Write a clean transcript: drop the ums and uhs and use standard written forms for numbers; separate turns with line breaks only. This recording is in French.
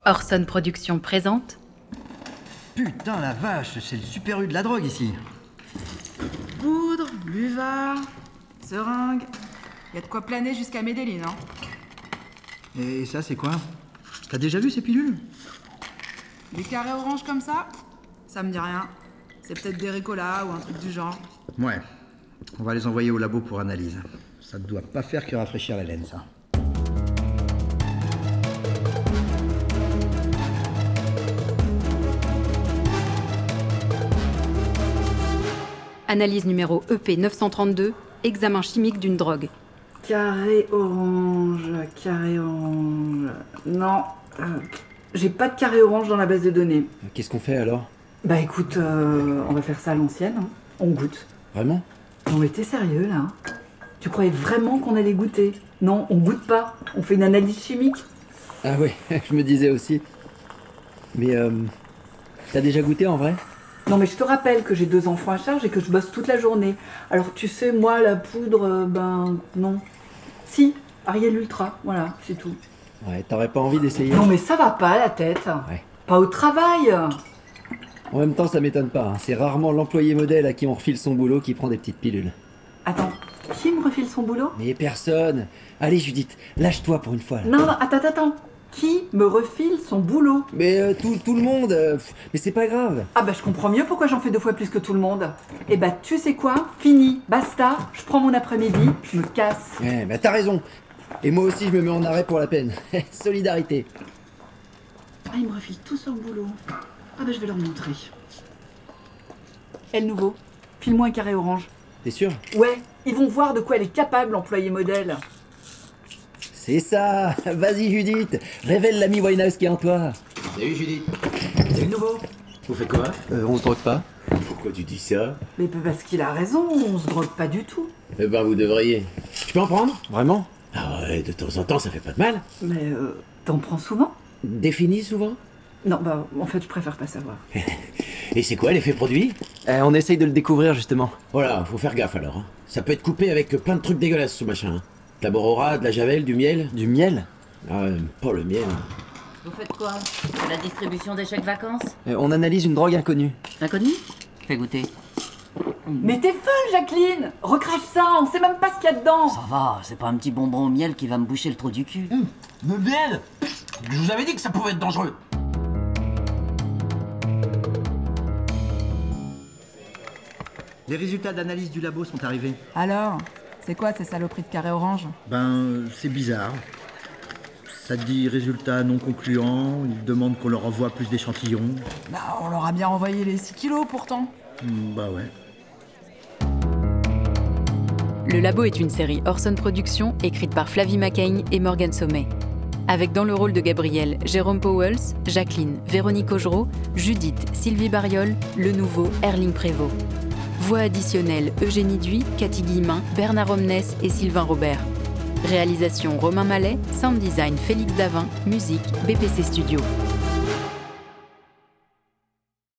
Orson Productions présente.
Putain la vache, c'est le Super U de la drogue ici.
Poudre, buvard, seringue. Y a de quoi planer jusqu'à Medellin, hein.
Et ça c'est quoi? T'as déjà vu ces pilules?
Des carrés oranges comme ça me dit rien. C'est peut-être des Ricola ou un truc du genre.
Ouais, on va les envoyer au labo pour analyse. Ça ne doit pas faire que rafraîchir la laine, ça.
Analyse numéro EP 932, examen chimique d'une drogue.
Carré orange. Non, j'ai pas de carré orange dans la base de données.
Qu'est-ce qu'on fait alors?
Bah écoute, on va faire ça à l'ancienne, hein. On goûte.
Vraiment?
Non mais t'es sérieux là? Tu croyais vraiment qu'on allait goûter? Non, on goûte pas, on fait une analyse chimique.
Ah ouais, je me disais aussi. Mais t'as déjà goûté en vrai?
Non mais je te rappelle que j'ai 2 enfants à charge et que je bosse toute la journée. Alors tu sais, moi la poudre, non. Si, Ariel Ultra, voilà, c'est tout.
Ouais, t'aurais pas envie d'essayer?
Non mais ça va pas la tête.
Ouais.
Pas au travail.
En même temps, ça m'étonne pas, hein. C'est rarement l'employé modèle à qui on refile son boulot qui prend des petites pilules.
Attends, qui me refile son boulot?
Mais personne! Allez Judith, lâche-toi pour une fois là.
Non, attends. Qui me refile son boulot?
Mais tout le monde, mais c'est pas grave.
Ah bah je comprends mieux pourquoi j'en fais 2 fois plus que tout le monde. Eh bah tu sais quoi? Fini, basta, je prends mon après-midi, je me casse.
Ouais, bah t'as raison. Et moi aussi je me mets en arrêt pour la peine. Solidarité.
Ah, ils me refilent tout son boulot. Ah bah je vais leur montrer. Et le nouveau, file-moi un carré orange.
T'es sûr?
Ouais, ils vont voir de quoi elle est capable, l'employé modèle.
C'est ça. Vas-y Judith, révèle l'ami Winehouse qui est en toi.
Salut Judith. C'est le nouveau. Vous faites quoi?
On se drogue pas.
Pourquoi tu dis ça?
Mais parce qu'il a raison, on se drogue pas du tout.
Eh ben vous devriez. Je peux en prendre?
Vraiment?
Ah ouais, de temps en temps ça fait pas de mal.
Mais t'en prends souvent?
Défini souvent?
Non, bah en fait je préfère pas savoir.
Et c'est quoi l'effet produit?
On essaye de le découvrir justement.
Voilà, faut faire gaffe alors, hein. Ça peut être coupé avec plein de trucs dégueulasses ce machin, hein. De la Borora, de la Javel, du miel.
Du miel?
Ah pas le miel.
Vous faites quoi? La distribution des chèques vacances?
On analyse une drogue inconnue.
Inconnu? Fais goûter.
Mais t'es folle, Jacqueline! Recrache ça, on sait même pas ce qu'il y a dedans!
Ça va, c'est pas un petit bonbon au miel qui va me boucher le trou du cul.
Le miel? Je vous avais dit que ça pouvait être dangereux.
Les résultats d'analyse du labo sont arrivés.
Alors, c'est quoi ces saloperies de carrés orange?
C'est bizarre. Ça dit résultat non concluant, ils demandent qu'on leur envoie plus d'échantillons.
Bah, on leur a bien envoyé les 6 kilos pourtant.
Bah ouais.
Le Labo est une série Orson Productions écrite par Flavie McCain et Morgan Sommet. Avec dans le rôle de Gabriel, Jérôme Powells, Jacqueline, Véronique Augereau, Judith, Sylvie Bariol, Le Nouveau, Erling Prévost. Voix additionnelle Eugénie Duy, Cathy Guillemin, Bernard Omnes et Sylvain Robert. Réalisation Romain Mallet, sound design Félix Davin, musique BPC Studio.